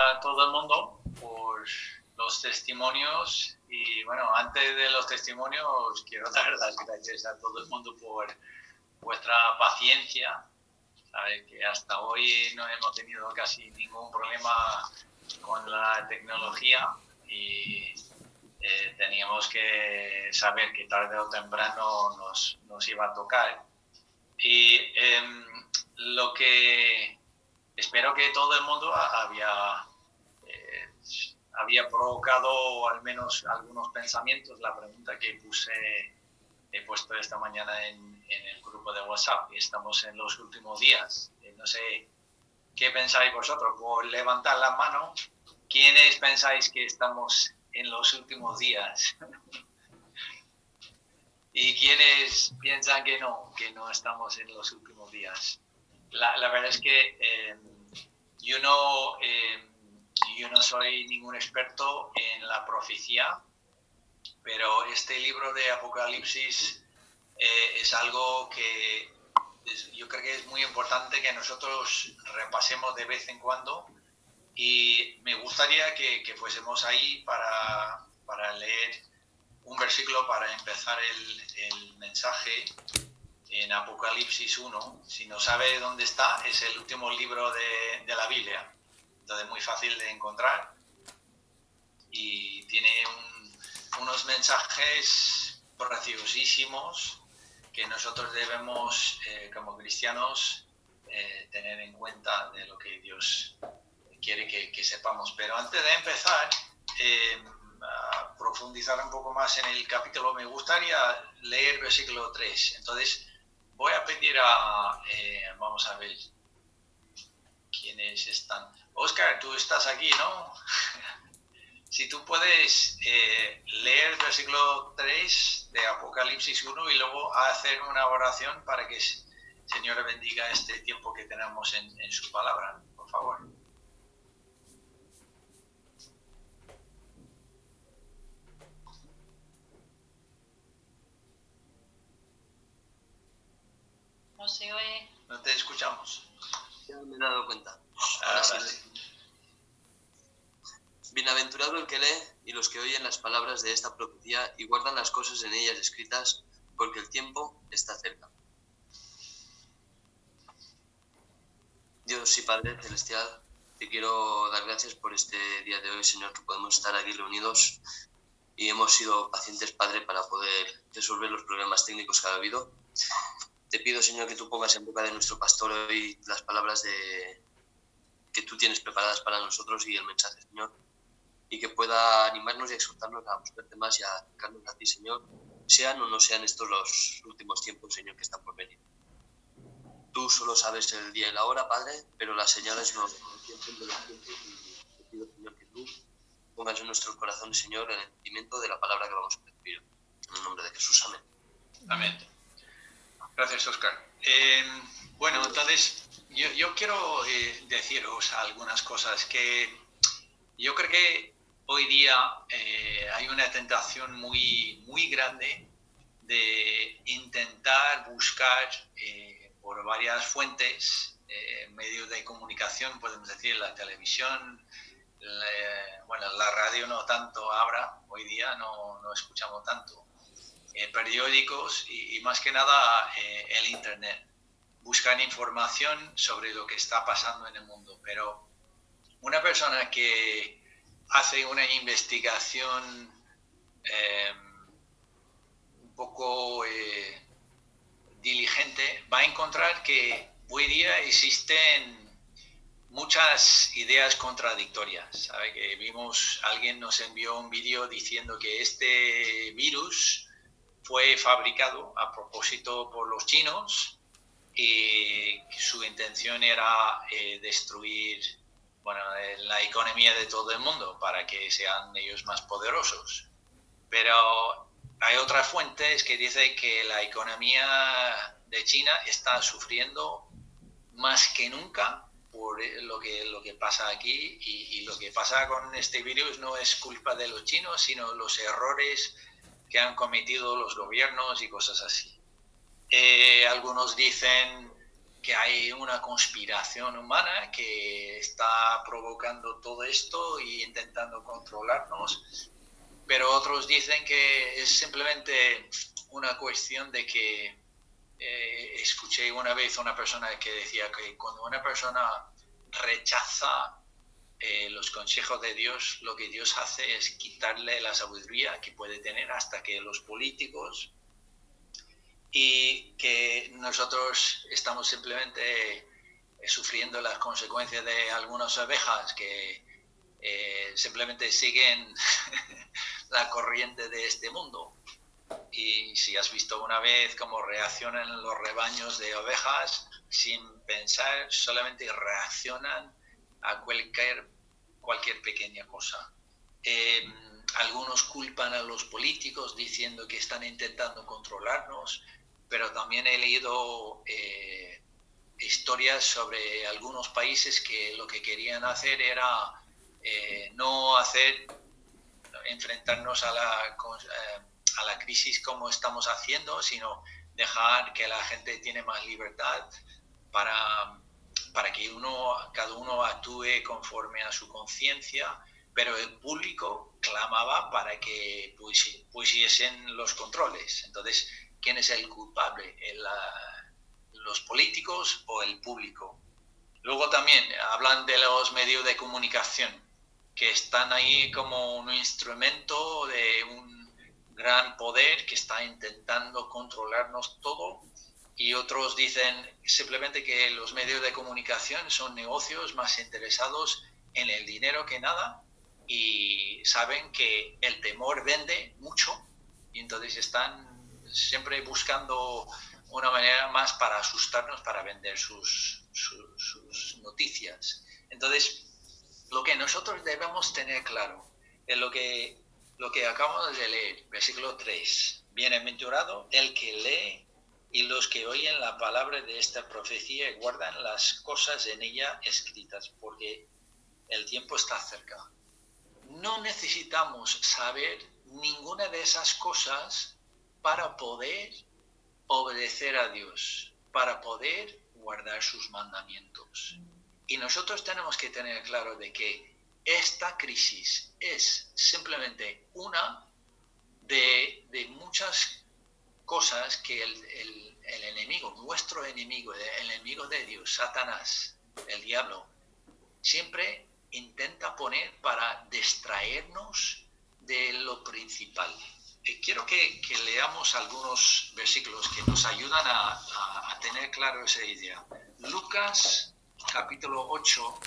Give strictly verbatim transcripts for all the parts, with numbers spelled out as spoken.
a todo el mundo por los testimonios y bueno, antes de los testimonios quiero dar las gracias a todo el mundo por vuestra paciencia. Sabes que hasta hoy no hemos tenido casi ningún problema con la tecnología y eh, teníamos que saber que tarde o temprano nos, nos iba a tocar. Y eh, lo que espero que todo el mundo había, eh, había provocado al menos algunos pensamientos, la pregunta que puse, he puesto esta mañana en, en el grupo de WhatsApp. Estamos en los últimos días. Eh, no sé qué pensáis vosotros, por levantar la mano. ¿Quiénes pensáis que estamos en los últimos días? ¿Y quiénes piensan que no, que no estamos en los últimos días? La, la verdad es que eh, yo, no, eh, yo no soy ningún experto en la profecía, pero este libro de Apocalipsis eh, es algo que es, yo creo que es muy importante que nosotros repasemos de vez en cuando. Y me gustaría que, que fuésemos ahí para, para leer un versículo para empezar el, el mensaje en Apocalipsis uno. Si no sabe dónde está, es el último libro de, de la Biblia. Entonces, muy fácil de encontrar. Y tiene un, unos mensajes preciosísimos que nosotros debemos, eh, como cristianos, eh, tener en cuenta de lo que Dios quiere que, que sepamos. Pero antes de empezar, eh, a profundizar un poco más en el capítulo, me gustaría leer versículo tres. Entonces, voy a pedir a... Eh, vamos a ver quiénes están. Óscar, tú estás aquí, ¿no? Si tú puedes eh, leer el versículo tres de Apocalipsis uno y luego hacer una oración para que el Señor bendiga este tiempo que tenemos en, en su palabra, por favor. No se oye. No te escuchamos. Ya me he dado cuenta. Ahora, Ahora sí. sí. Bienaventurado el que lee y los que oyen las palabras de esta profecía y guardan las cosas en ellas escritas, porque el tiempo está cerca. Dios y Padre Celestial, te quiero dar gracias por este día de hoy, Señor, que podemos estar aquí reunidos y hemos sido pacientes, Padre, para poder resolver los problemas técnicos que ha habido. Te pido, Señor, que tú pongas en boca de nuestro pastor hoy las palabras de... que tú tienes preparadas para nosotros y el mensaje, Señor, y que pueda animarnos y exhortarnos a buscarte más y a acercarnos a ti, Señor, sean o no sean estos los últimos tiempos, Señor, que están por venir. Tú solo sabes el día y la hora, Padre, pero las señales no tienen de los tiempos y te pido, Señor, que tú pongas en nuestros corazones, Señor, el entendimiento de la palabra que vamos a recibir. En el nombre de Jesús, amén. Amén. Gracias, Óscar. Eh, bueno, entonces, yo, yo quiero eh, deciros algunas cosas que yo creo que hoy día eh, hay una tentación muy, muy grande de intentar buscar eh, por varias fuentes, eh, medios de comunicación, podemos decir, la televisión, la, bueno, la radio no tanto ahora, hoy día no, no escuchamos tanto. Eh, periódicos y, y más que nada eh, el internet. Buscan información sobre lo que está pasando en el mundo, pero una persona que hace una investigación eh, un poco eh, diligente va a encontrar que hoy día existen muchas ideas contradictorias. ¿Sabe? Que vimos, alguien nos envió un vídeo diciendo que este virus fue fabricado a propósito por los chinos y su intención era eh, destruir bueno, la economía de todo el mundo para que sean ellos más poderosos. Pero hay otras fuentes que dicen que la economía de China está sufriendo más que nunca por lo que, lo que pasa aquí y, y lo que pasa con este virus no es culpa de los chinos, sino los errores que han cometido los gobiernos y cosas así. Eh, algunos dicen que hay una conspiración humana que está provocando todo esto e intentando controlarnos, pero otros dicen que es simplemente una cuestión de que eh, escuché una vez a una persona que decía que cuando una persona rechaza eh, los consejos de Dios, lo que Dios hace es quitarle la sabiduría que puede tener hasta que los políticos, y que nosotros estamos simplemente eh, sufriendo las consecuencias de algunas ovejas que eh, simplemente siguen la corriente de este mundo. Y si has visto una vez cómo reaccionan los rebaños de ovejas, sin pensar, solamente reaccionan a cualquier, cualquier pequeña cosa. Eh, algunos culpan a los políticos diciendo que están intentando controlarnos, pero también he leído eh, historias sobre algunos países que lo que querían hacer era eh, no hacer, enfrentarnos a la, eh, a la crisis como estamos haciendo, sino dejar que la gente tiene más libertad para, para que uno, cada uno actúe conforme a su conciencia, pero el público clamaba para que pues, pusiesen los controles. Entonces, ¿quién es el culpable? El, uh, ¿los políticos o el público? Luego también hablan de los medios de comunicación, que están ahí como un instrumento de un gran poder que está intentando controlarnos todo, y otros dicen simplemente que los medios de comunicación son negocios más interesados en el dinero que nada, y saben que el temor vende mucho, y entonces están siempre buscando una manera más para asustarnos, para vender sus, sus, sus noticias. Entonces, lo que nosotros debemos tener claro es lo que, lo que acabamos de leer, versículo tres. Bienaventurado el que lee y los que oyen la palabra de esta profecía y guardan las cosas en ella escritas, porque el tiempo está cerca. No necesitamos saber ninguna de esas cosas para poder obedecer a Dios, para poder guardar sus mandamientos. Y nosotros tenemos que tener claro de que esta crisis es simplemente una de, de muchas cosas que el, el, el enemigo, nuestro enemigo, el enemigo de Dios, Satanás, el diablo, siempre intenta poner para distraernos de lo principal. Eh, quiero que, que leamos algunos versículos que nos ayudan a, a, a tener claro esa idea. Lucas capítulo ocho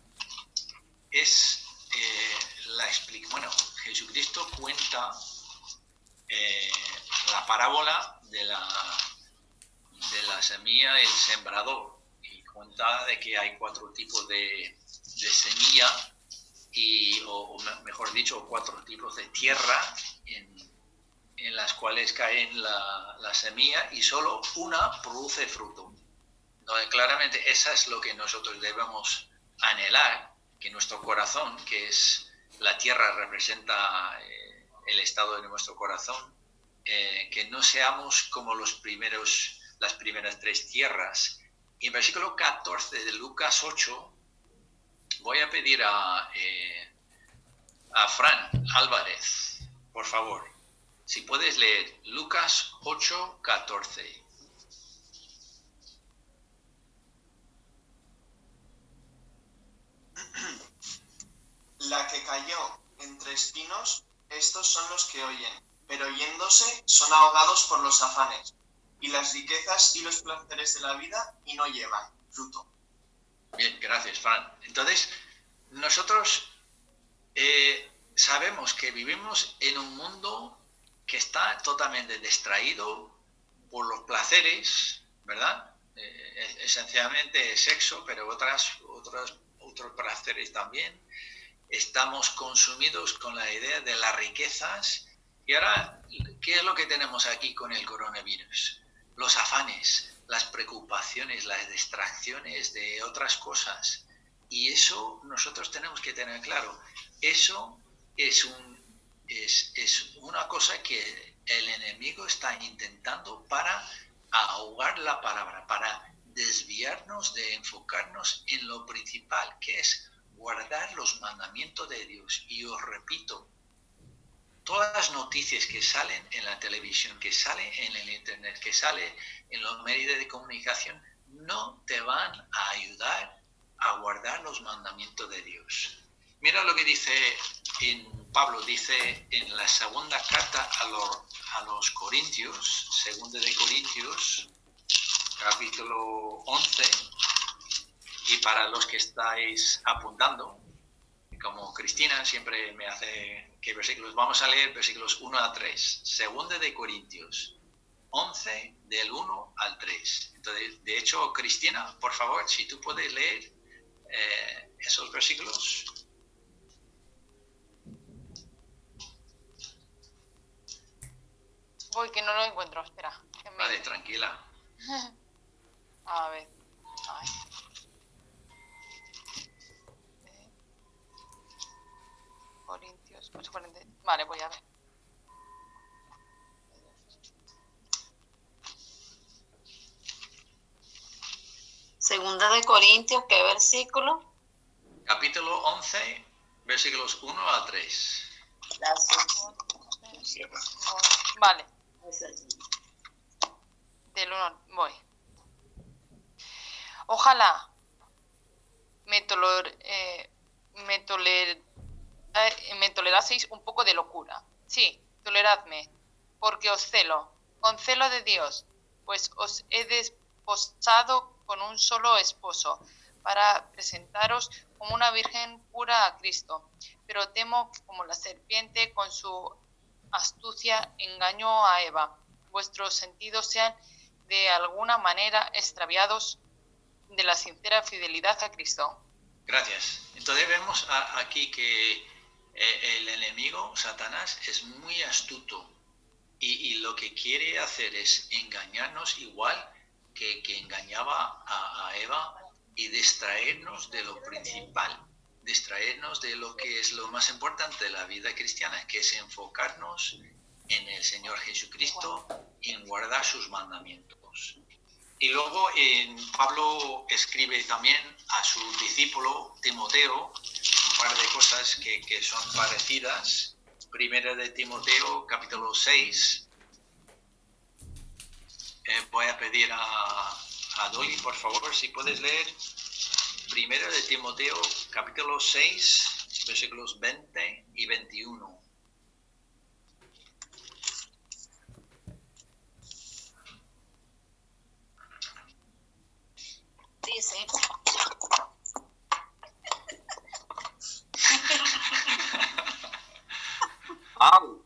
es eh, la explica. Bueno, Jesucristo cuenta eh, la parábola de la, de la semilla y el sembrador, y cuenta de que hay cuatro tipos de, de semilla, y, o, o mejor dicho, cuatro tipos de tierra en, en las cuales cae la, la semilla, y solo una produce fruto. Entonces, claramente, esa es lo que nosotros debemos anhelar, que nuestro corazón, que es la tierra, representa eh, el estado de nuestro corazón, eh, que no seamos como los primeros, las primeras tres tierras. Y en versículo catorce de Lucas ocho, voy a pedir a, eh, a Fran Álvarez, por favor, si puedes leer Lucas ocho, catorce. La que cayó entre espinos, estos son los que oyen, pero yéndose son ahogados por los afanes, y las riquezas y los placeres de la vida, y no llevan fruto. Bien, gracias, Fran. Entonces, nosotros eh, sabemos que vivimos en un mundo que está totalmente distraído por los placeres, ¿verdad? Eh, esencialmente sexo, pero otras, otras, otros placeres también. Estamos consumidos con la idea de las riquezas. Y ahora, ¿qué es lo que tenemos aquí con el coronavirus? Los afanes, las preocupaciones, las distracciones de otras cosas. Y eso nosotros tenemos que tener claro. Eso es, un, es, es una cosa que el enemigo está intentando para ahogar la palabra, para desviarnos de enfocarnos en lo principal, que es guardar los mandamientos de Dios. Y os repito, todas las noticias que salen en la televisión, que salen en el internet, que salen en los medios de comunicación, no te van a ayudar a guardar los mandamientos de Dios. Mira lo que dice en Pablo, dice en la segunda carta a los, a los Corintios, segunda de Corintios, capítulo once, y para los que estáis apuntando, como Cristina siempre me hace que versículos, vamos a leer versículos uno a tres, segunda de Corintios once, del uno al tres. Entonces, de hecho, Cristina, por favor, si tú puedes leer eh, esos versículos. Voy, que no lo encuentro, espera. que me- Vale, tranquila. A ver. Ay. Eh, Corintios. pues, cuarenta Vale, voy a ver. Segunda de Corintios, ¿qué versículo? Capítulo once, versículos uno a tres. Vale, del uno voy. Ojalá me, toler, eh, me, toler, eh, me toleraseis un poco de locura. Sí, toleradme, porque os celo, con celo de Dios, pues os he desposado con un solo esposo, para presentaros como una virgen pura a Cristo. Pero temo que como la serpiente con su astucia engañó a Eva, vuestros sentidos sean de alguna manera extraviados de la sincera fidelidad a Cristo. Gracias. Entonces vemos a, aquí que eh, el enemigo, Satanás, es muy astuto y, y lo que quiere hacer es engañarnos igual que, que engañaba a, a Eva y distraernos de lo principal, distraernos de lo que es lo más importante de la vida cristiana, que es enfocarnos en el Señor Jesucristo y en guardar sus mandamientos. Y luego en Pablo escribe también a su discípulo Timoteo un par de cosas que, que son parecidas. Primera de Timoteo, capítulo seis. Eh, voy a pedir a, a Dolly, por favor, si puedes leer. Primera de Timoteo, capítulo seis, versículos veinte y veintiuno. Dice. ¡Au!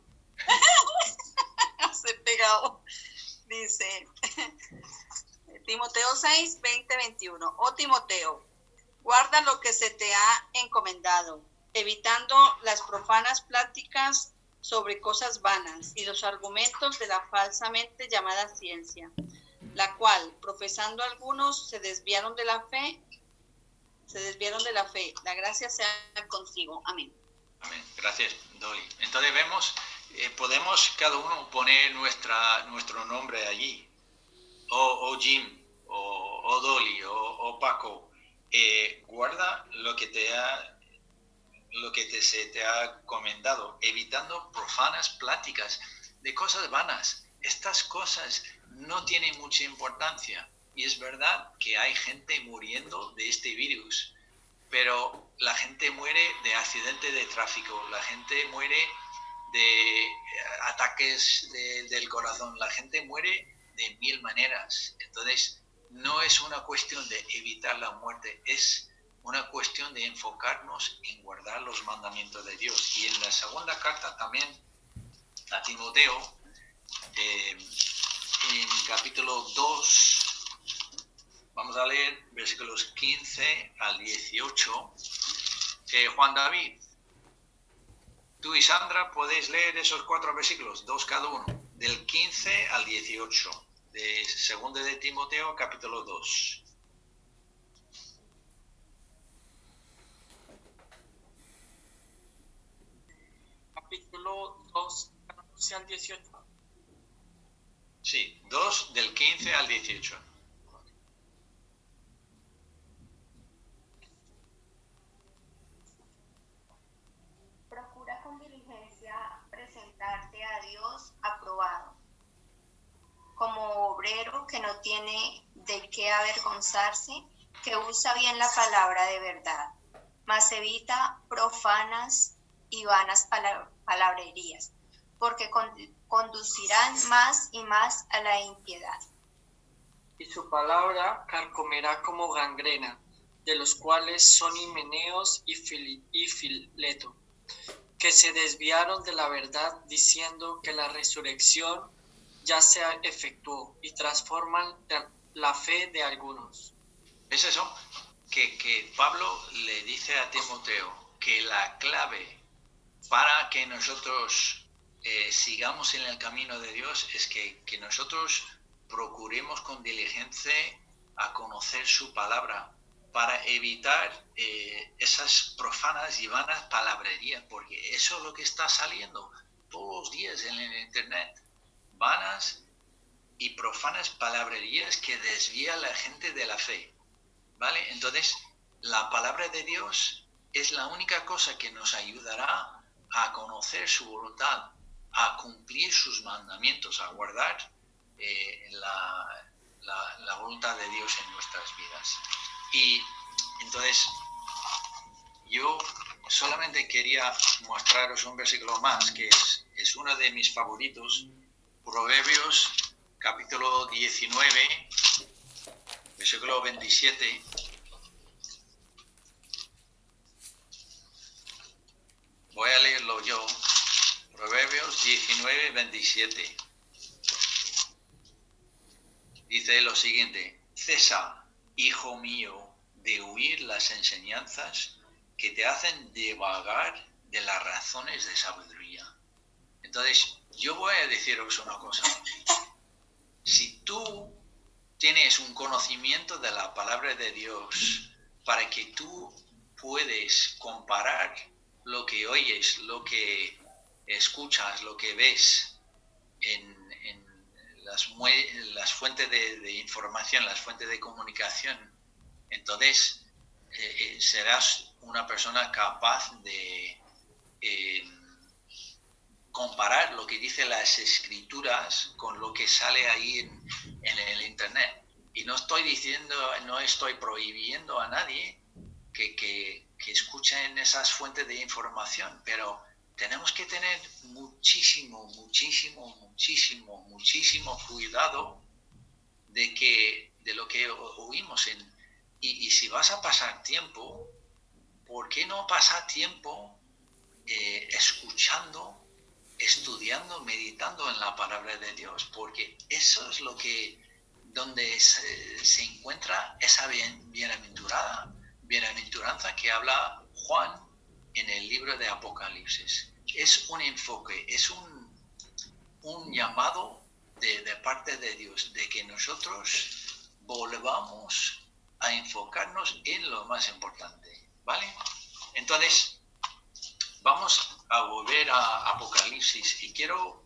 Se pegado. Dice Timoteo seis, veinte, veintiuno. Oh Timoteo, guarda lo que se te ha encomendado, evitando las profanas pláticas sobre cosas vanas y los argumentos de la falsamente llamada ciencia, la cual, profesando algunos, se desviaron de la fe, se desviaron de la fe. La gracia sea contigo. Amén. Amén. Gracias, Dolly. Entonces vemos, eh, podemos cada uno poner nuestra, nuestro nombre allí. O, o Jim, o, o Dolly, o, o Paco. Eh, guarda lo que te ha, lo que te, se te ha encomendado, evitando profanas pláticas de cosas vanas. Estas cosas no tienen mucha importancia. Y es verdad que hay gente muriendo de este virus, pero la gente muere de accidentes de tráfico, la gente muere de ataques de, del corazón, la gente muere de mil maneras. Entonces, no es una cuestión de evitar la muerte, es una cuestión de enfocarnos en guardar los mandamientos de Dios. Y en la segunda carta también a Timoteo, eh, en capítulo dos, vamos a leer versículos quince al dieciocho. Eh, Juan David, tú y Sandra podéis leer esos cuatro versículos, dos cada uno, del quince al dieciocho, de segunda de Timoteo, capítulo dos. Capítulo dos, catorce al dieciocho. Sí, dos del quince al dieciocho. presentarte a Dios aprobado, como obrero que no tiene de qué avergonzarse, que usa bien la palabra de verdad, mas evita profanas y vanas pala- palabrerías, porque con- conducirán más y más a la impiedad. Y su palabra carcomerá como gangrena, de los cuales son Himeneos y, Fili- y Fileto, que se desviaron de la verdad diciendo que la resurrección ya se efectuó y transforman la fe de algunos. ¿Es eso? Que, que Pablo le dice a Timoteo que la clave para que nosotros eh, sigamos en el camino de Dios es que, que nosotros procuremos con diligencia a conocer su palabra para evitar eh, esas profanas y vanas palabrerías, porque eso es lo que está saliendo todos los días en el internet, vanas y profanas palabrerías que desvían a la gente de la fe, ¿vale? Entonces, la palabra de Dios es la única cosa que nos ayudará a conocer su voluntad, a cumplir sus mandamientos, a guardar eh, la, la, la voluntad de Dios en nuestras vidas. Y entonces, yo solamente quería mostraros un versículo más, que es, es uno de mis favoritos, Proverbios capítulo diecinueve, versículo veintisiete. Voy a leerlo yo. Proverbios diecinueve, veintisiete. Dice lo siguiente: cesa, hijo mío, de huir las enseñanzas que te hacen divagar de las razones de sabiduría. Entonces, yo voy a deciros una cosa. Si tú tienes un conocimiento de la palabra de Dios para que tú puedes comparar lo que oyes, lo que escuchas, lo que ves en, en las, las fuentes de, de información, las fuentes de comunicación, entonces eh, serás una persona capaz de eh, comparar lo que dicen las escrituras con lo que sale ahí en, en el internet. Y no estoy diciendo, no estoy prohibiendo a nadie que, que, que escuchen esas fuentes de información, pero tenemos que tener muchísimo, muchísimo, muchísimo, muchísimo cuidado de, que, de lo que oímos. En, y, y si vas a pasar tiempo, ¿por qué no pasar tiempo eh, escuchando, estudiando, meditando en la palabra de Dios? Porque eso es lo que, donde se, se encuentra esa bien, bienaventurada, bienaventuranza que habla Juan en el libro de Apocalipsis. Es un enfoque, es un, un llamado de, de parte de Dios, de que nosotros volvamos a enfocarnos en lo más importante, ¿vale? Entonces, vamos a volver a Apocalipsis y quiero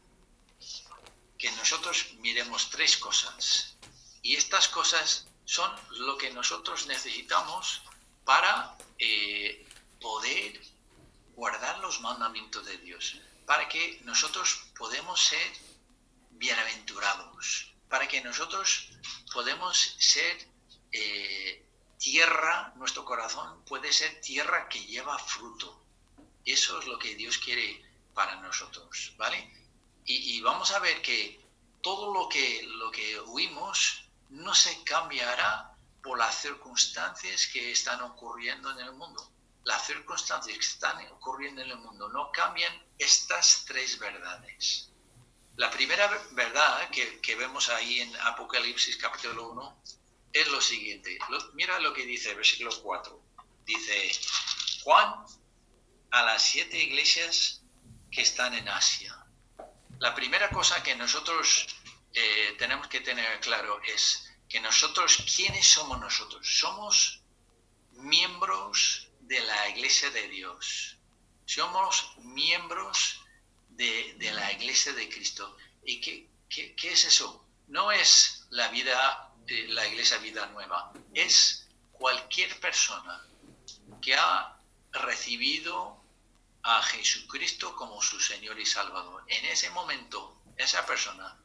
que nosotros miremos tres cosas. Y estas cosas son lo que nosotros necesitamos para eh, poder guardar los mandamientos de Dios, para que nosotros podemos ser bienaventurados, para que nosotros podemos ser eh, tierra, nuestro corazón puede ser tierra que lleva fruto. Eso es lo que Dios quiere para nosotros, ¿vale? Y, y vamos a ver que todo lo que, lo que oímos no se cambiará por las circunstancias que están ocurriendo en el mundo. Las circunstancias que están ocurriendo en el mundo no cambian estas tres verdades. La primera verdad que, que vemos ahí en Apocalipsis capítulo uno es lo siguiente. Lo, mira lo que dice el versículo cuatro. Dice: Juan a las siete iglesias que están en Asia. La primera cosa que nosotros eh, tenemos que tener claro es que nosotros, ¿quiénes somos nosotros? Somos miembros de la iglesia de Dios. Somos miembros de, de la iglesia de Cristo. ¿Y qué, qué, qué es eso? No es la vida, eh, la iglesia Vida Nueva. Es cualquier persona que ha recibido a Jesucristo como su Señor y Salvador. En ese momento, esa persona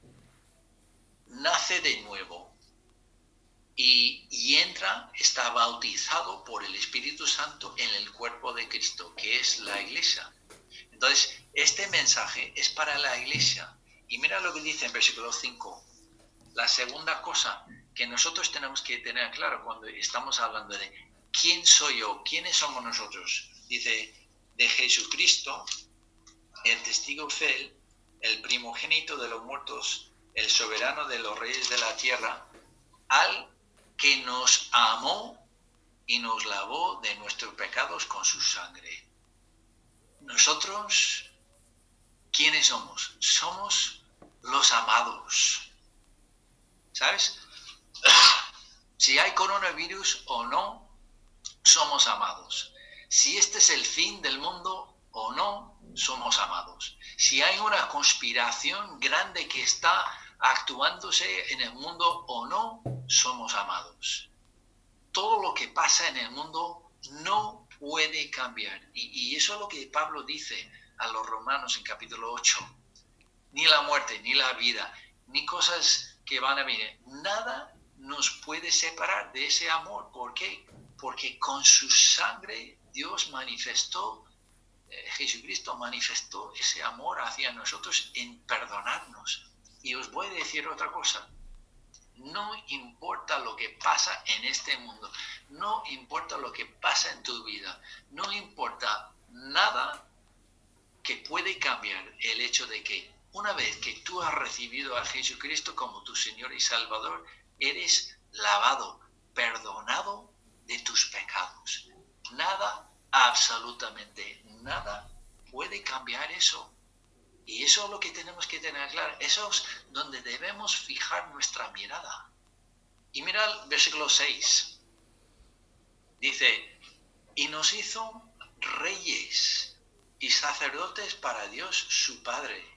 nace de nuevo y, y entra, está bautizado por el Espíritu Santo en el cuerpo de Cristo, que es la iglesia. Entonces, este mensaje es para la iglesia. Y mira lo que dice en versículo cinco. La segunda cosa que nosotros tenemos que tener claro cuando estamos hablando de quién soy yo, quiénes somos nosotros. Dice, de Jesucristo, el testigo fiel, el primogénito de los muertos, el soberano de los reyes de la tierra, al que nos amó y nos lavó de nuestros pecados con su sangre. Nosotros, ¿quiénes somos? Somos los amados. ¿Sabes? Si hay coronavirus o no, somos amados. Si este es el fin del mundo o no, somos amados. Si hay una conspiración grande que está actuándose en el mundo o no, somos amados. Todo lo que pasa en el mundo no puede cambiar. Y, y eso es lo que Pablo dice a los romanos en capítulo ocho. Ni la muerte, ni la vida, ni cosas que van a venir. Nada nos puede separar de ese amor. ¿Por qué? Porque con su sangre Dios manifestó, eh, Jesucristo manifestó ese amor hacia nosotros en perdonarnos. Y os voy a decir otra cosa. No importa lo que pasa en este mundo, no importa lo que pasa en tu vida, no importa nada que puede cambiar el hecho de que una vez que tú has recibido a Jesucristo como tu Señor y Salvador, eres lavado, perdonado de tus pecados. Nada, absolutamente nada puede cambiar eso. Y eso es lo que tenemos que tener claro. Eso es donde debemos fijar nuestra mirada. Y mira el versículo seis. Dice, y nos hizo reyes y sacerdotes para Dios su Padre.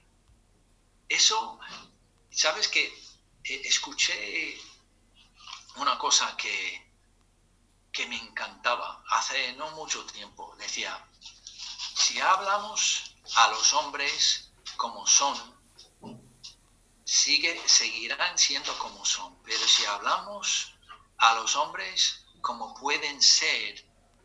Eso, ¿sabes qué? Escuché una cosa que, que me encantaba hace no mucho tiempo. Decía, si hablamos a los hombres como son, sigue, seguirán siendo como son. Pero si hablamos a los hombres como pueden ser,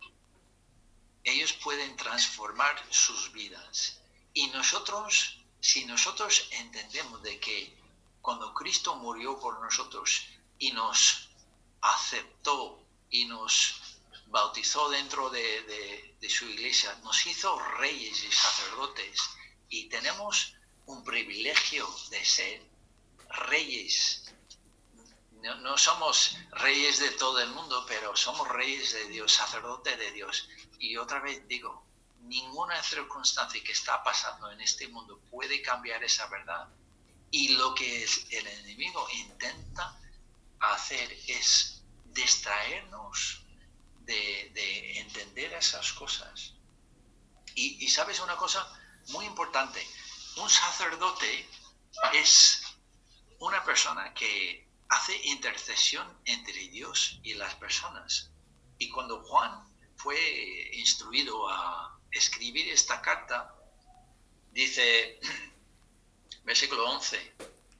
ellos pueden transformar sus vidas. Y nosotros, si nosotros entendemos de que cuando Cristo murió por nosotros y nos aceptó y nos bautizó dentro de, de, de su iglesia, nos hizo reyes y sacerdotes, y tenemos un privilegio de ser reyes. No, no somos reyes de todo el mundo, pero somos reyes de Dios, sacerdotes de Dios. Y otra vez digo, ninguna circunstancia que está pasando en este mundo puede cambiar esa verdad. Y lo que el enemigo intenta hacer es distraernos de, de entender esas cosas. Y, y ¿sabes una cosa muy importante? Un sacerdote es una persona que hace intercesión entre Dios y las personas. Y cuando Juan fue instruido a escribir esta carta, dice, versículo once,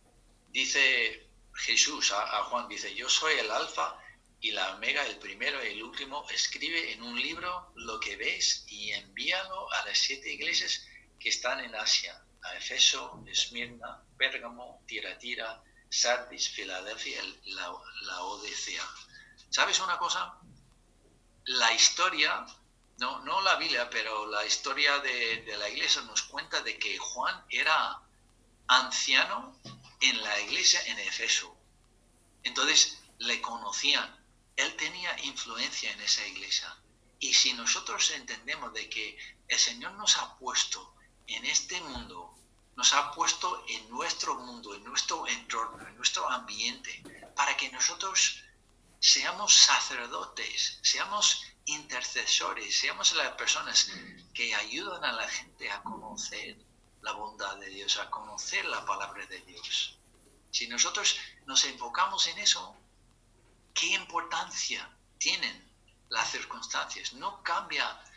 dice Jesús a, a Juan, dice, yo soy el alfa y la omega, el primero y el último. Escribe en un libro lo que ves y envíalo a las siete iglesias que están en Asia, a Efeso, Esmirna, Pérgamo, Tiatira, Sardis, Filadelfia, la, la Odisea. ¿Sabes una cosa? La historia, no, no la Biblia, pero la historia de, de la iglesia nos cuenta de que Juan era anciano en la iglesia en Efeso. Entonces le conocían, él tenía influencia en esa iglesia. Y si nosotros entendemos de que el Señor nos ha puesto en este mundo, nos ha puesto en nuestro mundo, en nuestro entorno, en nuestro ambiente, para que nosotros seamos sacerdotes, seamos intercesores, seamos las personas que ayudan a la gente a conocer la bondad de Dios, a conocer la palabra de Dios. Si nosotros nos enfocamos en eso, ¿qué importancia tienen las circunstancias? No cambia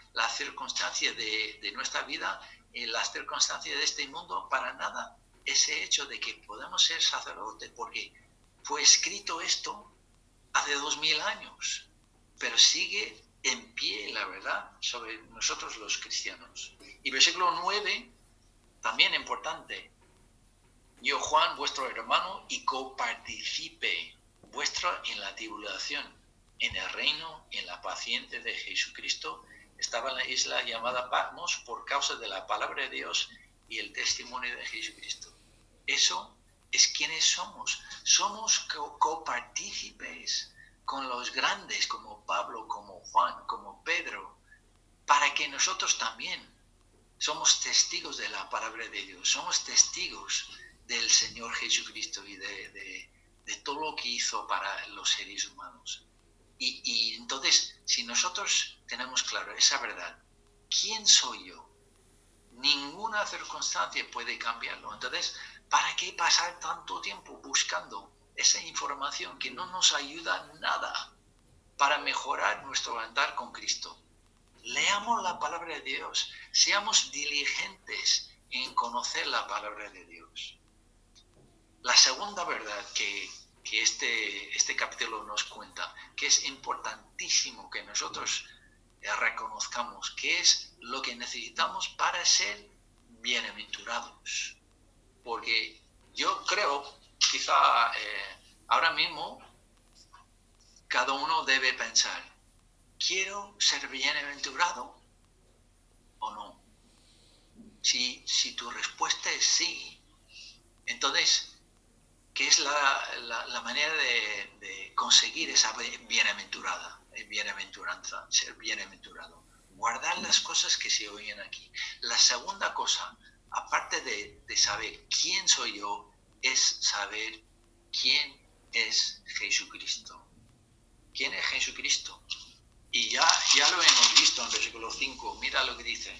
las circunstancias de, de nuestra vida, en las circunstancias de este mundo, para nada ese hecho de que podemos ser sacerdotes, porque fue escrito esto hace dos mil años, pero sigue en pie la verdad sobre nosotros los cristianos. Y versículo nueve, también importante: yo, Juan, vuestro hermano y copartícipe vuestra en la tribulación, en el reino, en la paciencia de Jesucristo. Estaba en la isla llamada Patmos por causa de la palabra de Dios y el testimonio de Jesucristo. Eso es quienes somos. Somos copartícipes con los grandes como Pablo, como Juan, como Pedro, para que nosotros también somos testigos de la palabra de Dios, somos testigos del Señor Jesucristo y de, de, de todo lo que hizo para los seres humanos. Y, y entonces, si nosotros tenemos claro esa verdad, ¿quién soy yo? Ninguna circunstancia puede cambiarlo. Entonces, ¿para qué pasar tanto tiempo buscando esa información que no nos ayuda nada para mejorar nuestro andar con Cristo? Leamos la palabra de Dios, seamos diligentes en conocer la palabra de Dios. La segunda verdad que, que este, este capítulo nos cuenta, que es importantísimo que nosotros reconozcamos, que es lo que necesitamos para ser bienaventurados. Porque yo creo, quizá eh, ahora mismo, cada uno debe pensar: ¿quiero ser bienaventurado o no? Si, si tu respuesta es sí, entonces, ¿qué es la, la, la manera de, de conseguir esa bienaventurada, bienaventuranza, ser bienaventurado? Guardar las cosas que se oyen aquí. La segunda cosa, aparte de, de saber quién soy yo, es saber quién es Jesucristo. ¿Quién es Jesucristo? Y ya, ya lo hemos visto en versículo cinco. Mira lo que dice: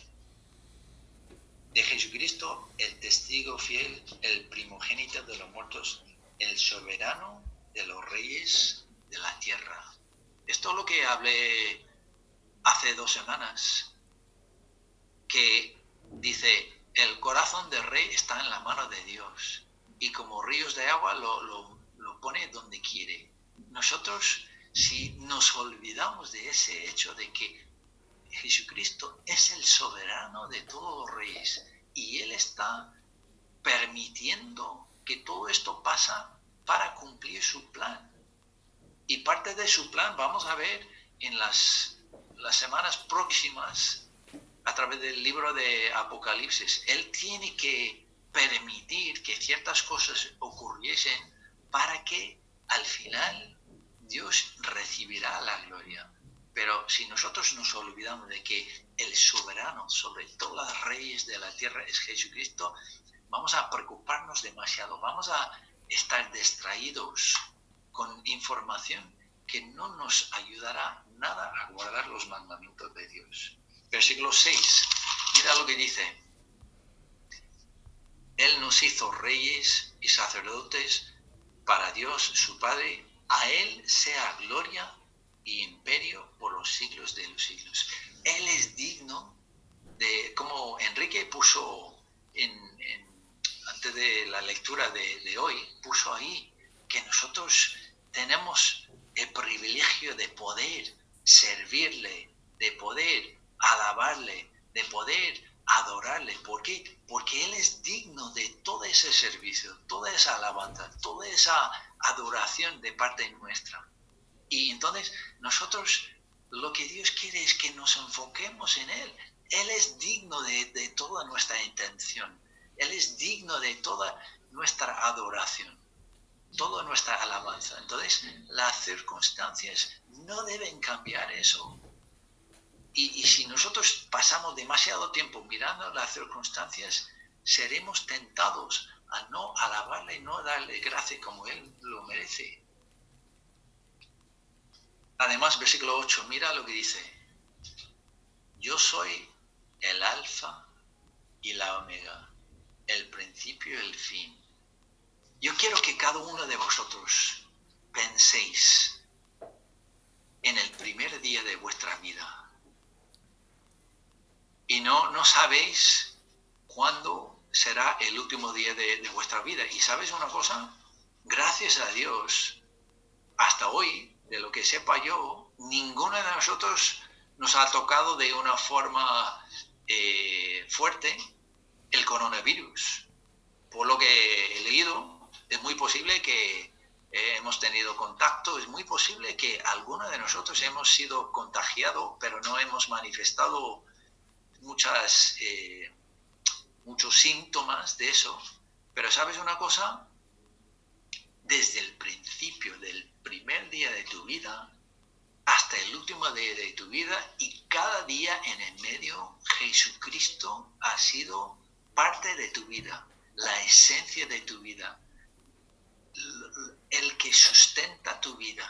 de Jesucristo, el testigo fiel, el primogénito de los muertos, el soberano de los reyes de la tierra. Esto es lo que hablé hace dos semanas, que dice: el corazón del rey está en la mano de Dios, y como ríos de agua lo, lo, lo pone donde quiere. Nosotros, si nos olvidamos de ese hecho de que Jesucristo es el soberano de todos los reyes y Él está permitiendo que todo esto pasa para cumplir su plan. Y parte de su plan vamos a ver en las, las semanas próximas a través del libro de Apocalipsis. Él tiene que permitir que ciertas cosas ocurriesen para que al final Dios recibirá la gloria. Pero si nosotros nos olvidamos de que el soberano sobre todos los reyes de la tierra es Jesucristo, vamos a preocuparnos demasiado, vamos a estar distraídos con información que no nos ayudará nada a guardar los mandamientos de Dios. Versículo seis, mira lo que dice: Él nos hizo reyes y sacerdotes para Dios su Padre, a Él sea gloria y imperio por los siglos de los siglos. Él es digno de, como Enrique puso en, en, antes de la lectura de, de hoy, puso ahí que nosotros tenemos el privilegio de poder servirle, de poder alabarle, de poder adorarle. ¿Por qué? Porque Él es digno de todo ese servicio, toda esa alabanza, toda esa adoración de parte nuestra. Y entonces nosotros lo que Dios quiere es que nos enfoquemos en Él. Él es digno de, de toda nuestra intención. Él es digno de toda nuestra adoración, toda nuestra alabanza. Entonces las circunstancias no deben cambiar eso. Y, y si nosotros pasamos demasiado tiempo mirando las circunstancias, seremos tentados a no alabarle y no darle gracia como Él lo merece. Además, versículo ocho, mira lo que dice: yo soy el alfa y la omega, el principio y el fin. Yo quiero que cada uno de vosotros penséis en el primer día de vuestra vida. y no, no sabéis cuándo será el último día de, de vuestra vida. Y ¿sabes una cosa? Gracias a Dios, hasta hoy, de lo que sepa yo, ninguno de nosotros nos ha tocado de una forma eh, fuerte el coronavirus. Por lo que he leído, es muy posible que eh, hemos tenido contacto, es muy posible que alguno de nosotros hemos sido contagiados, pero no hemos manifestado muchas, eh, muchos síntomas de eso. Pero ¿sabes una cosa? Desde el principio del primer día de tu vida hasta el último día de tu vida y cada día en el medio, Jesucristo ha sido parte de tu vida, la esencia de tu vida, el que sustenta tu vida,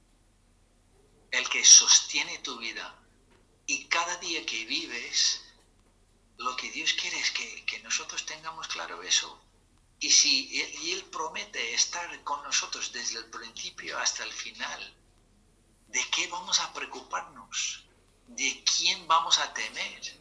el que sostiene tu vida. Y cada día que vives, lo que Dios quiere es que, que nosotros tengamos claro eso. Y si él, y él promete estar con nosotros desde el principio hasta el final, ¿de qué vamos a preocuparnos? ¿De quién vamos a temer?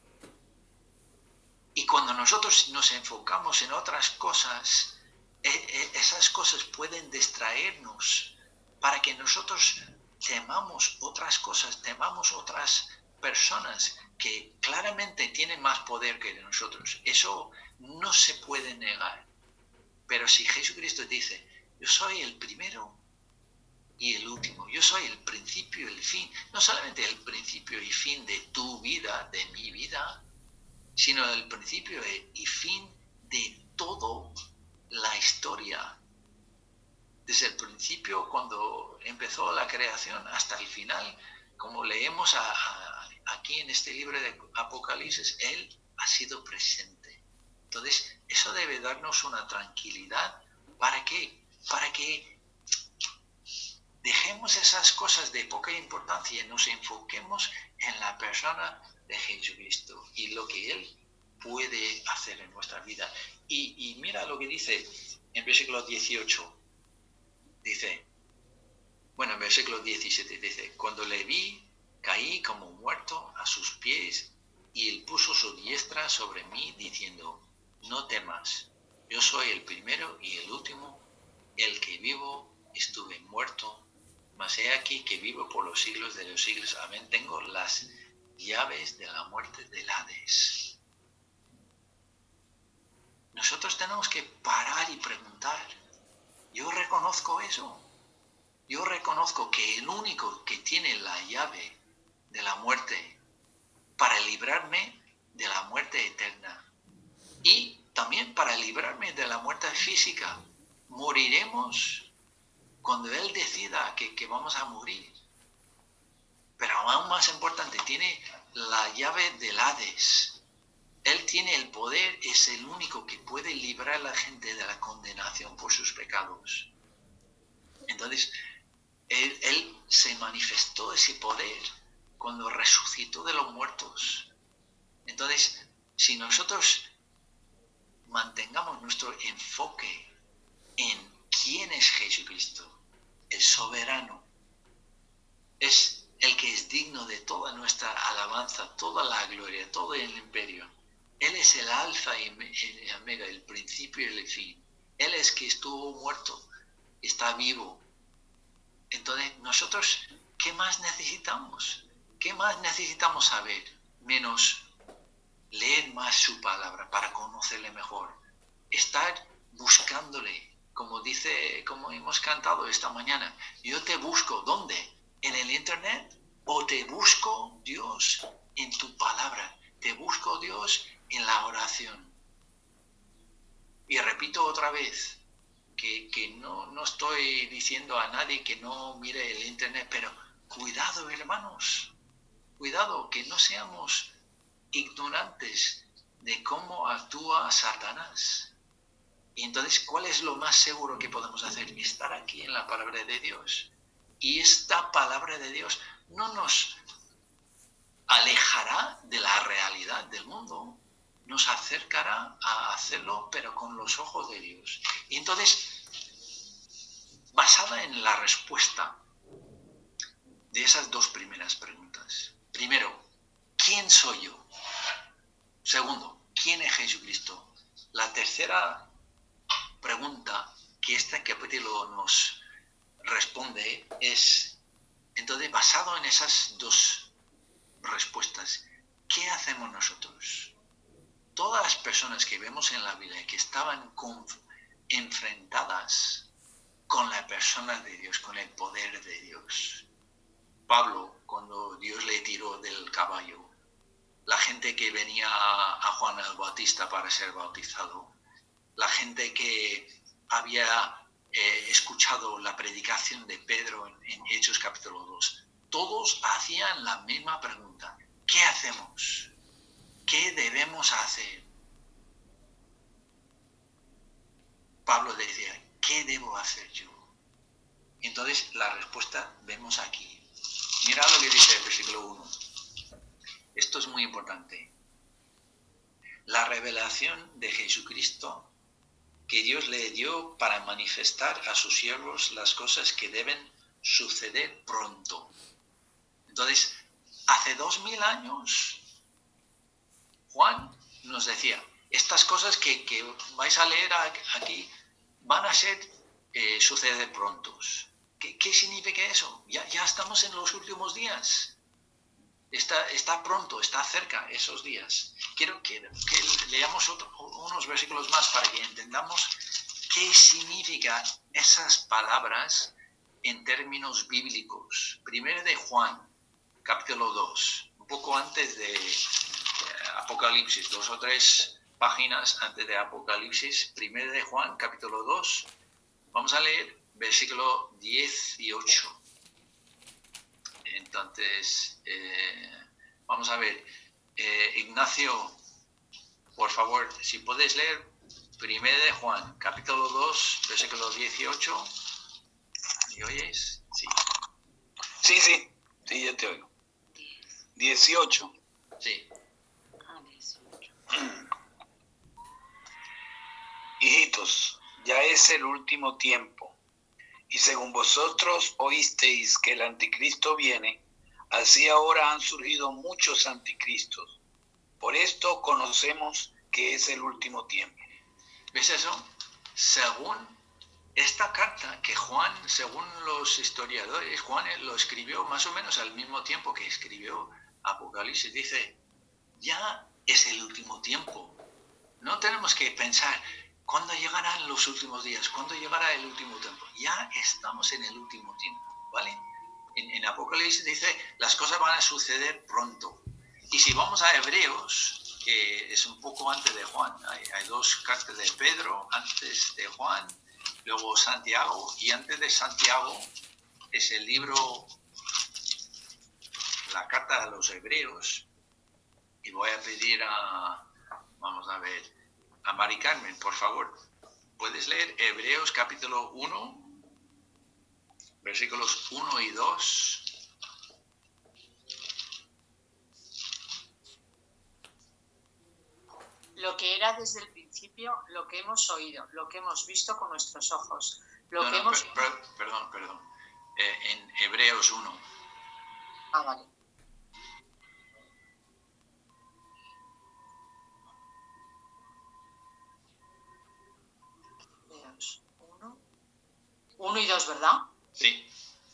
Y cuando nosotros nos enfocamos en otras cosas, esas cosas pueden distraernos para que nosotros temamos otras cosas, temamos otras personas que claramente tienen más poder que nosotros. Eso no se puede negar. Pero si Jesucristo dice, yo soy el primero y el último, yo soy el principio y el fin, no solamente el principio y fin de tu vida, de mi vida, sino el principio y fin de toda la historia. Desde el principio, cuando empezó la creación, hasta el final, como leemos a, a, aquí en este libro de Apocalipsis, Él ha sido presente. Entonces, eso debe darnos una tranquilidad. ¿Para qué? Para que dejemos esas cosas de poca importancia y nos enfoquemos en la persona de Jesucristo y lo que Él puede hacer en nuestra vida. Y, y mira lo que dice en versículo dieciocho. Dice, bueno, en versículo diecisiete dice, cuando le vi, caí como muerto a sus pies y Él puso su diestra sobre mí diciendo, no temas, yo soy el primero y el último, el que vivo, estuve muerto, mas he aquí que vivo por los siglos de los siglos. Amén. Tengo las llaves de la muerte del Hades. Nosotros tenemos que parar y preguntar. Yo reconozco eso. Yo reconozco que el único que tiene la llave de la muerte para librarme de la muerte eterna y también para librarme de la muerte física. Moriremos cuando Él decida que, que vamos a morir. Pero aún más importante, tiene la llave del Hades. Él tiene el poder, es el único que puede librar a la gente de la condenación por sus pecados. Entonces, Él, él se manifestó ese poder cuando resucitó de los muertos. Entonces, si nosotros mantengamos nuestro enfoque en quién es Jesucristo, el soberano, es el que es digno de toda nuestra alabanza, toda la gloria, todo el imperio. Él es el alfa y el omega, el principio y el fin. Él es que estuvo muerto, está vivo. Entonces, nosotros, ¿qué más necesitamos? ¿Qué más necesitamos saber? Menos leer más su palabra para conocerle mejor. Estar buscándole, como dice, como hemos cantado esta mañana. Yo te busco, ¿dónde? ¿En el internet? ¿O te busco, Dios, en tu palabra? Te busco, Dios, en la oración. Y repito otra vez, que, que no, no estoy diciendo a nadie que no mire el internet, pero cuidado, hermanos, cuidado, que no seamos ignorantes de cómo actúa Satanás. Y entonces, ¿cuál es lo más seguro que podemos hacer? Estar aquí en la palabra de Dios. Y esta palabra de Dios no nos alejará de la realidad del mundo, nos acercará a hacerlo, pero con los ojos de Dios. Y entonces, basada en la respuesta de esas dos primeras preguntas. Primero, ¿quién soy yo? Segundo, ¿quién es Jesucristo? La tercera pregunta que este capítulo nos responde es, entonces, basado en esas dos respuestas, ¿qué hacemos nosotros? Todas las personas que vemos en la Biblia que estaban con, enfrentadas con la persona de Dios, con el poder de Dios. Pablo, cuando Dios le tiró del caballo, la gente que venía a Juan el Bautista para ser bautizado, la gente que había eh, escuchado la predicación de Pedro en, en Hechos capítulo dos, todos hacían la misma pregunta: ¿qué hacemos? ¿Qué debemos hacer? Pablo decía, ¿qué debo hacer yo? Entonces la respuesta vemos aquí. Mira lo que dice el versículo uno. Esto es muy importante. La revelación de Jesucristo que Dios le dio para manifestar a sus siervos las cosas que deben suceder pronto. Entonces, hace dos mil años, Juan nos decía, estas cosas que, que vais a leer aquí van a ser eh, suceder prontos. ¿Qué, ¿Qué significa eso? Ya, ya estamos en los últimos días. Está, está pronto, está cerca esos días. Quiero que, que leamos otro, unos versículos más para que entendamos qué significan esas palabras en términos bíblicos. Primero de Juan, capítulo dos, un poco antes de eh, Apocalipsis, dos o tres páginas antes de Apocalipsis. Primero de Juan, capítulo dos, vamos a leer versículo dieciocho. Entonces, eh, vamos a ver, eh, Ignacio, por favor, si puedes leer primero de Juan, capítulo dos, versículo dieciocho. ¿Me oyes? Sí. Sí, sí, sí, yo te oigo. dieciocho. Sí. Hijitos, ya es el último tiempo. Y según vosotros oísteis que el anticristo viene, así ahora han surgido muchos anticristos. Por esto conocemos que es el último tiempo. ¿Ves eso? Según esta carta que Juan, según los historiadores, Juan lo escribió más o menos al mismo tiempo que escribió Apocalipsis. Dice, ya es el último tiempo. No tenemos que pensar, ¿cuándo llegarán los últimos días? ¿Cuándo llegará el último tiempo? Ya estamos en el último tiempo, ¿vale? En, en Apocalipsis dice, las cosas van a suceder pronto. Y si vamos a Hebreos, que es un poco antes de Juan, hay, hay dos cartas de Pedro antes de Juan, luego Santiago, y antes de Santiago es el libro, la carta a los Hebreos, y voy a pedir a, vamos a ver, a Mari Carmen, por favor, ¿puedes leer Hebreos capítulo uno, versículos uno y dos? Lo que era desde el principio, lo que hemos oído, lo que hemos visto con nuestros ojos, lo no, que no, hemos... Per, per, perdón, perdón, eh, en Hebreos uno. Ah, vale. Uno y dos, ¿verdad? Sí.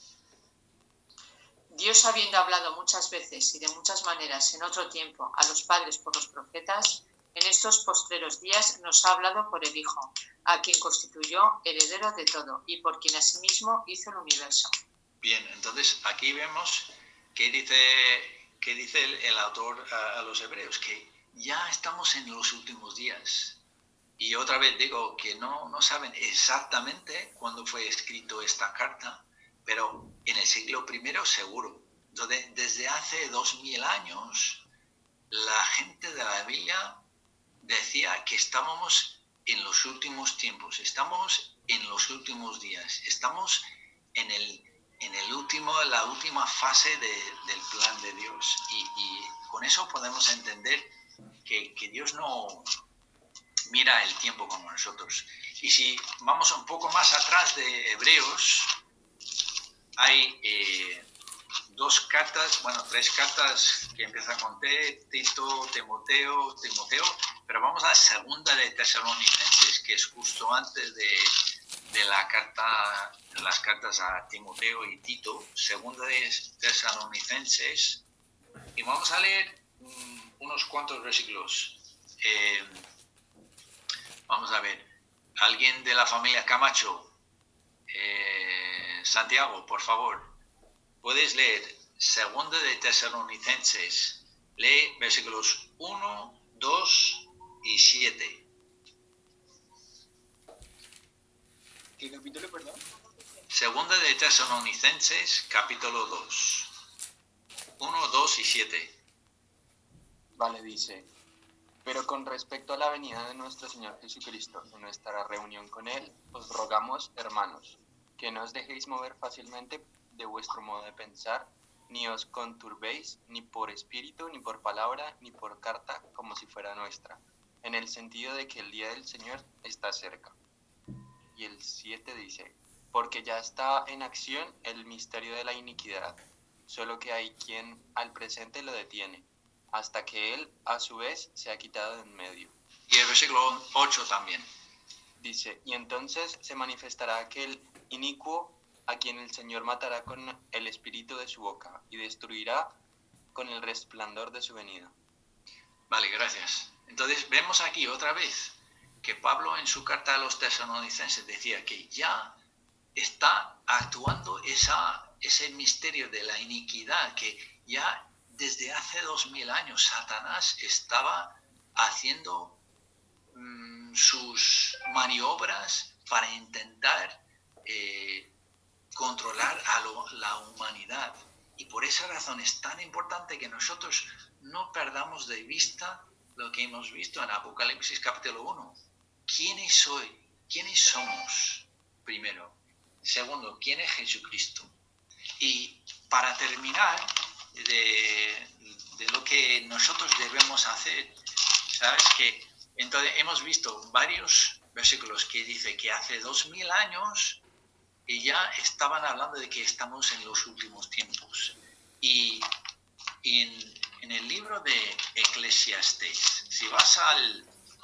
Dios, habiendo hablado muchas veces y de muchas maneras en otro tiempo a los padres por los profetas, en estos postreros días nos ha hablado por el Hijo, a quien constituyó heredero de todo y por quien asimismo hizo el universo. Bien, entonces aquí vemos que dice, que dice el, el autor a, a los hebreos, que ya estamos en los últimos días. Y otra vez digo que no, no saben exactamente cuándo fue escrito esta carta, pero en el siglo primero seguro. Entonces, desde hace dos mil años, la gente de la Biblia decía que estábamos en los últimos tiempos, estamos en los últimos días, estamos en el, en el último, la última fase de, del plan de Dios. Y, y con eso podemos entender que, que Dios no mira el tiempo como nosotros. Y si vamos un poco más atrás de Hebreos, hay eh, dos cartas, bueno, tres cartas que empiezan con T, Tito, Timoteo, Timoteo, pero vamos a la segunda de Tesalonicenses, que es justo antes de, de la carta, las cartas a Timoteo y Tito, segunda de Tesalonicenses, y vamos a leer um, unos cuantos versículos. Eh, vamos a ver, alguien de la familia Camacho, eh, Santiago, por favor, puedes leer segunda de Tesalonicenses, lee versículos uno, dos y siete. ¿Qué capítulo, perdón? Segunda de Tesalonicenses, capítulo dos. uno, dos y siete. Vale, dice: pero con respecto a la venida de nuestro Señor Jesucristo y nuestra reunión con Él, os rogamos, hermanos, que no os dejéis mover fácilmente de vuestro modo de pensar, ni os conturbéis, ni por espíritu, ni por palabra, ni por carta, como si fuera nuestra, en el sentido de que el día del Señor está cerca. Y el siete dice: porque ya está en acción el misterio de la iniquidad, solo que hay quien al presente lo detiene, hasta que Él, a su vez, se ha quitado de en medio. Y el versículo ocho también. Dice: y entonces se manifestará aquel inicuo a quien el Señor matará con el espíritu de su boca y destruirá con el resplandor de su venida. Vale, gracias. Entonces vemos aquí otra vez que Pablo en su carta a los tesalonicenses decía que ya está actuando esa, ese misterio de la iniquidad, que ya desde hace dos mil años Satanás estaba haciendo mmm, sus maniobras para intentar eh, controlar a lo, la humanidad. Y por esa razón es tan importante que nosotros no perdamos de vista lo que hemos visto en Apocalipsis capítulo uno. ¿Quiénes soy? ¿Quiénes somos? Primero. Segundo, ¿quién es Jesucristo? Y para terminar de, de lo que nosotros debemos hacer, ¿sabes? Que entonces hemos visto varios versículos que dice que hace dos mil años y ya estaban hablando de que estamos en los últimos tiempos. Y, y en, en el libro de Eclesiastés, si vas al,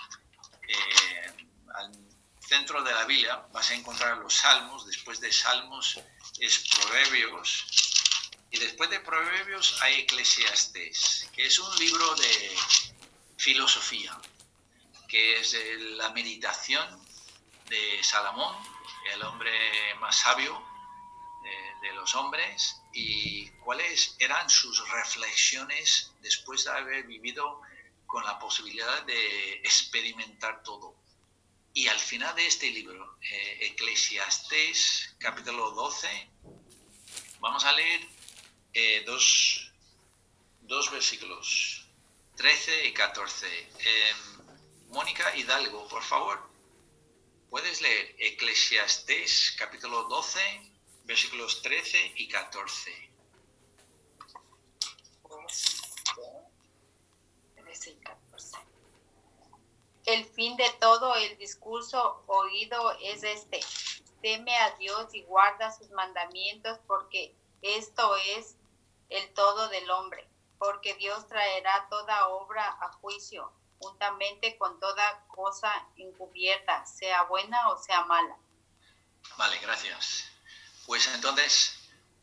eh, al centro de la Biblia, vas a encontrar los Salmos. Después de Salmos es Proverbios, y después de Proverbios hay Eclesiastés, que es un libro de filosofía, que es la meditación de Salomón, el hombre más sabio de, de los hombres, y cuáles eran sus reflexiones después de haber vivido con la posibilidad de experimentar todo. Y al final de este libro, eh, Eclesiastés, capítulo doce, vamos a leer eh, dos, dos versículos, trece y catorce. Eh, Mónica Hidalgo, por favor, puedes leer Eclesiastés, capítulo doce, versículos trece y catorce. trece y catorce. El fin de todo el discurso oído es este: teme a Dios y guarda sus mandamientos, porque esto es el todo del hombre. Porque Dios traerá toda obra a juicio, juntamente con toda cosa encubierta, sea buena o sea mala. Vale, gracias. Pues entonces,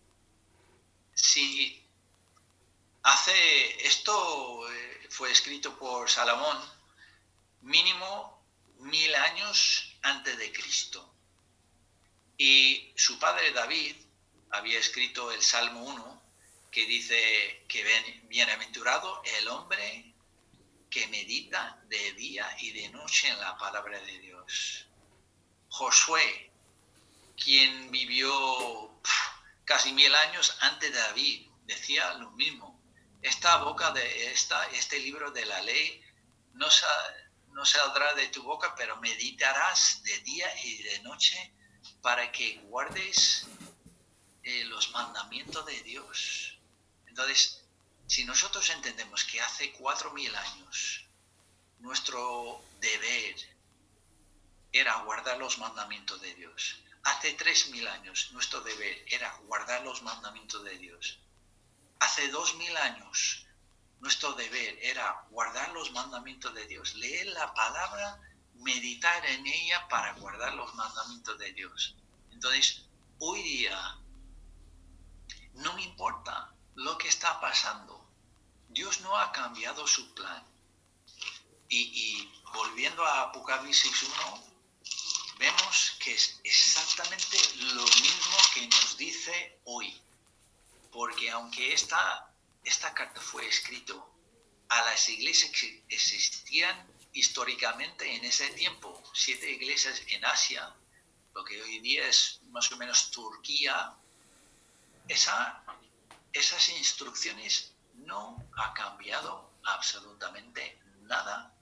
si hace esto eh, fue escrito por Salomón mínimo mil años antes de Cristo, y su padre David había escrito el Salmo uno, que dice que bienaventurado el hombre que medita de día y de noche en la palabra de Dios. Josué, quien vivió pff, casi mil años antes de David, decía lo mismo: esta boca de esta, este libro de la ley no, sa, no saldrá de tu boca, pero meditarás de día y de noche para que guardes eh, los mandamientos de Dios. Entonces, si nosotros entendemos que hace cuatro mil años nuestro deber era guardar los mandamientos de Dios, hace tres mil años nuestro deber era guardar los mandamientos de Dios, hace dos mil años nuestro deber era guardar los mandamientos de Dios, leer la palabra, meditar en ella para guardar los mandamientos de Dios. Entonces, hoy día no me importa lo que está pasando. Dios no ha cambiado su plan. Y, y volviendo a Apocalipsis uno, vemos que es exactamente lo mismo que nos dice hoy. Porque aunque esta, esta carta fue escrita a las iglesias que existían históricamente en ese tiempo, siete iglesias en Asia, lo que hoy día es más o menos Turquía, esa, esas instrucciones no ha cambiado absolutamente nada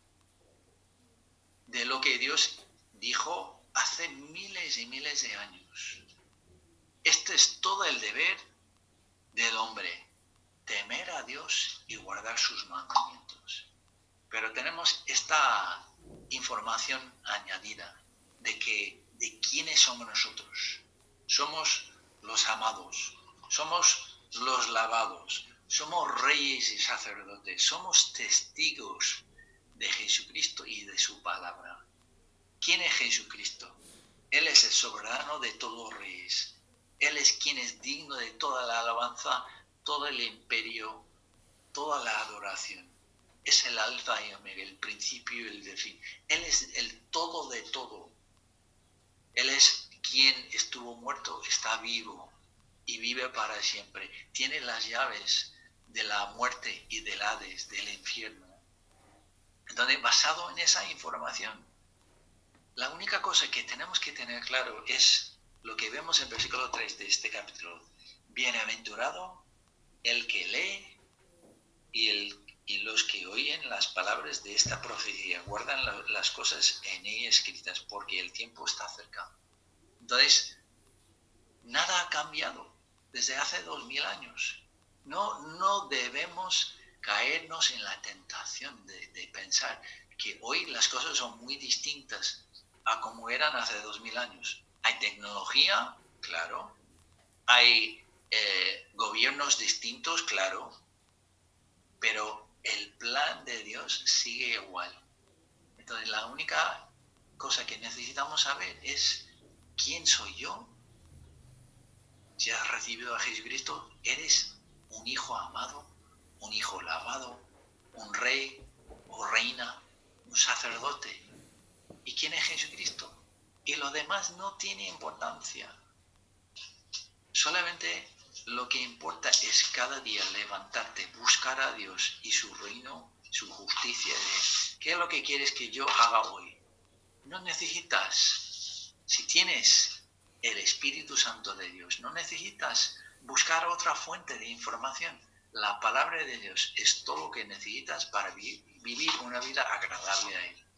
de lo que Dios dijo hace miles y miles de años. Este es todo el deber del hombre, temer a Dios y guardar sus mandamientos. Pero tenemos esta información añadida de que de quiénes somos nosotros. Somos los amados, somos los lavados, somos reyes y sacerdotes, somos testigos de Jesucristo y de su palabra. ¿Quién es Jesucristo? Él es el soberano de todos los reyes. Él es quien es digno de toda la alabanza, todo el imperio, toda la adoración. Es el alfa y omega, el principio y el fin. Él es el todo de todo. Él es quien estuvo muerto, está vivo y vive para siempre. Tiene las llaves de la muerte y del Hades, del infierno. Entonces, basado en esa información, la única cosa que tenemos que tener claro es lo que vemos en versículo tres de este capítulo. Bienaventurado el que lee y, el, y los que oyen las palabras de esta profecía, guardan la, las cosas en ella escritas, porque el tiempo está cerca. Entonces, nada ha cambiado desde hace dos mil años. No, no debemos caernos en la tentación de, de pensar que hoy las cosas son muy distintas a como eran hace dos mil años. Hay tecnología, claro. Hay eh, gobiernos distintos, claro. Pero el plan de Dios sigue igual. Entonces, la única cosa que necesitamos saber es quién soy yo. Si has recibido a Jesucristo, eres un hijo amado, un hijo lavado, un rey o reina, un sacerdote. ¿Y quién es Jesucristo? Y lo demás no tiene importancia. Solamente lo que importa es cada día levantarte, buscar a Dios y su reino, su justicia. ¿Qué es lo que quieres que yo haga hoy? No necesitas, si tienes el Espíritu Santo de Dios, no necesitas buscar otra fuente de información. La palabra de Dios es todo lo que necesitas para vi- vivir una vida agradable a Él.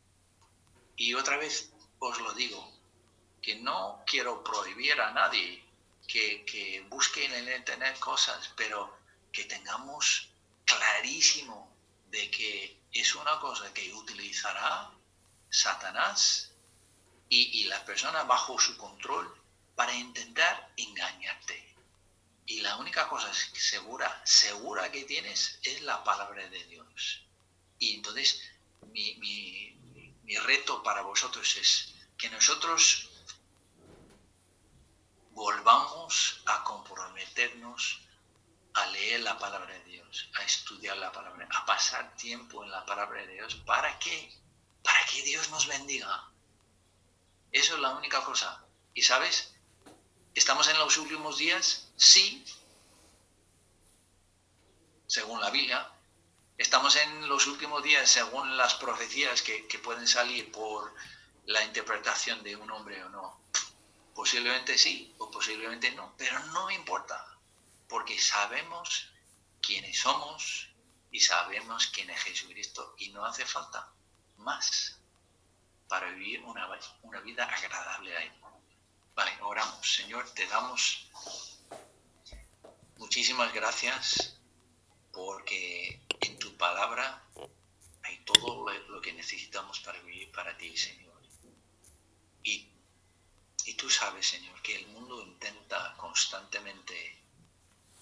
Y otra vez os lo digo, que no quiero prohibir a nadie que, que busque en el internet cosas, pero que tengamos clarísimo de que es una cosa que utilizará Satanás y, y la persona bajo su control para intentar engañarte. Y la única cosa segura, segura que tienes es la palabra de Dios. Y entonces mi, mi, mi reto para vosotros es que nosotros volvamos a comprometernos a leer la palabra de Dios, a estudiar la palabra, a pasar tiempo en la palabra de Dios. ¿Para qué? Para que Dios nos bendiga. Eso es la única cosa. ¿Y sabes? ¿Estamos en los últimos días? Sí. Según la Biblia. ¿Estamos en los últimos días según las profecías que, que pueden salir por la interpretación de un hombre o no? Posiblemente sí o posiblemente no, pero no importa, porque sabemos quiénes somos y sabemos quién es Jesucristo y no hace falta más para vivir una, una vida agradable a Él. Vale, oramos. Señor, te damos muchísimas gracias porque en tu palabra hay todo lo que necesitamos para vivir para ti, Señor. Y, y tú sabes, Señor, que el mundo intenta constantemente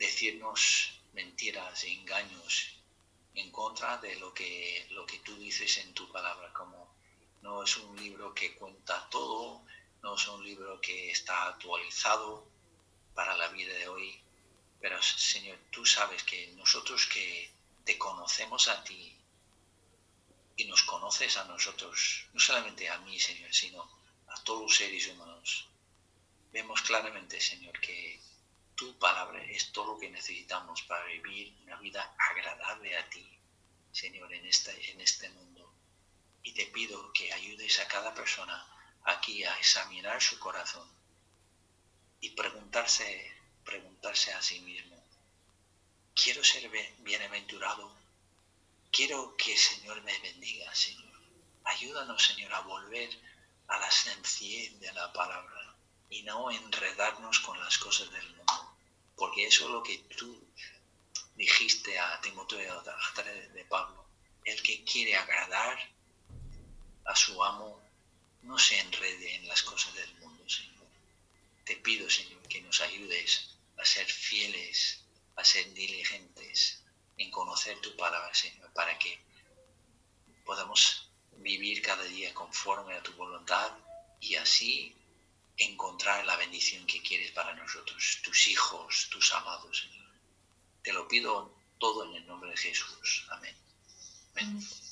decirnos mentiras e engaños en contra de lo que, lo que tú dices en tu palabra. Como no es un libro que cuenta todo, no es un libro que está actualizado para la vida de hoy, pero Señor, tú sabes que nosotros que te conocemos a ti y nos conoces a nosotros, no solamente a mí, Señor, sino a todos los seres humanos, vemos claramente, Señor, que tu palabra es todo lo que necesitamos para vivir una vida agradable a ti, Señor, en este, en este mundo. Y te pido que ayudes a cada persona aquí a examinar su corazón y preguntarse, preguntarse a sí mismo, ¿quiero ser bienaventurado? Quiero que el Señor me bendiga, Señor. Ayúdanos, Señor, a volver a la sencillez de la palabra y no enredarnos con las cosas del mundo. Porque eso es lo que tú dijiste a Timoteo a través de Pablo. El que quiere agradar a su amo no se enrede en las cosas del mundo, Señor. Te pido, Señor, que nos ayudes a ser fieles, a ser diligentes en conocer tu palabra, Señor, para que podamos vivir cada día conforme a tu voluntad y así encontrar la bendición que quieres para nosotros, tus hijos, tus amados, Señor. Te lo pido todo en el nombre de Jesús. Amén. Amén.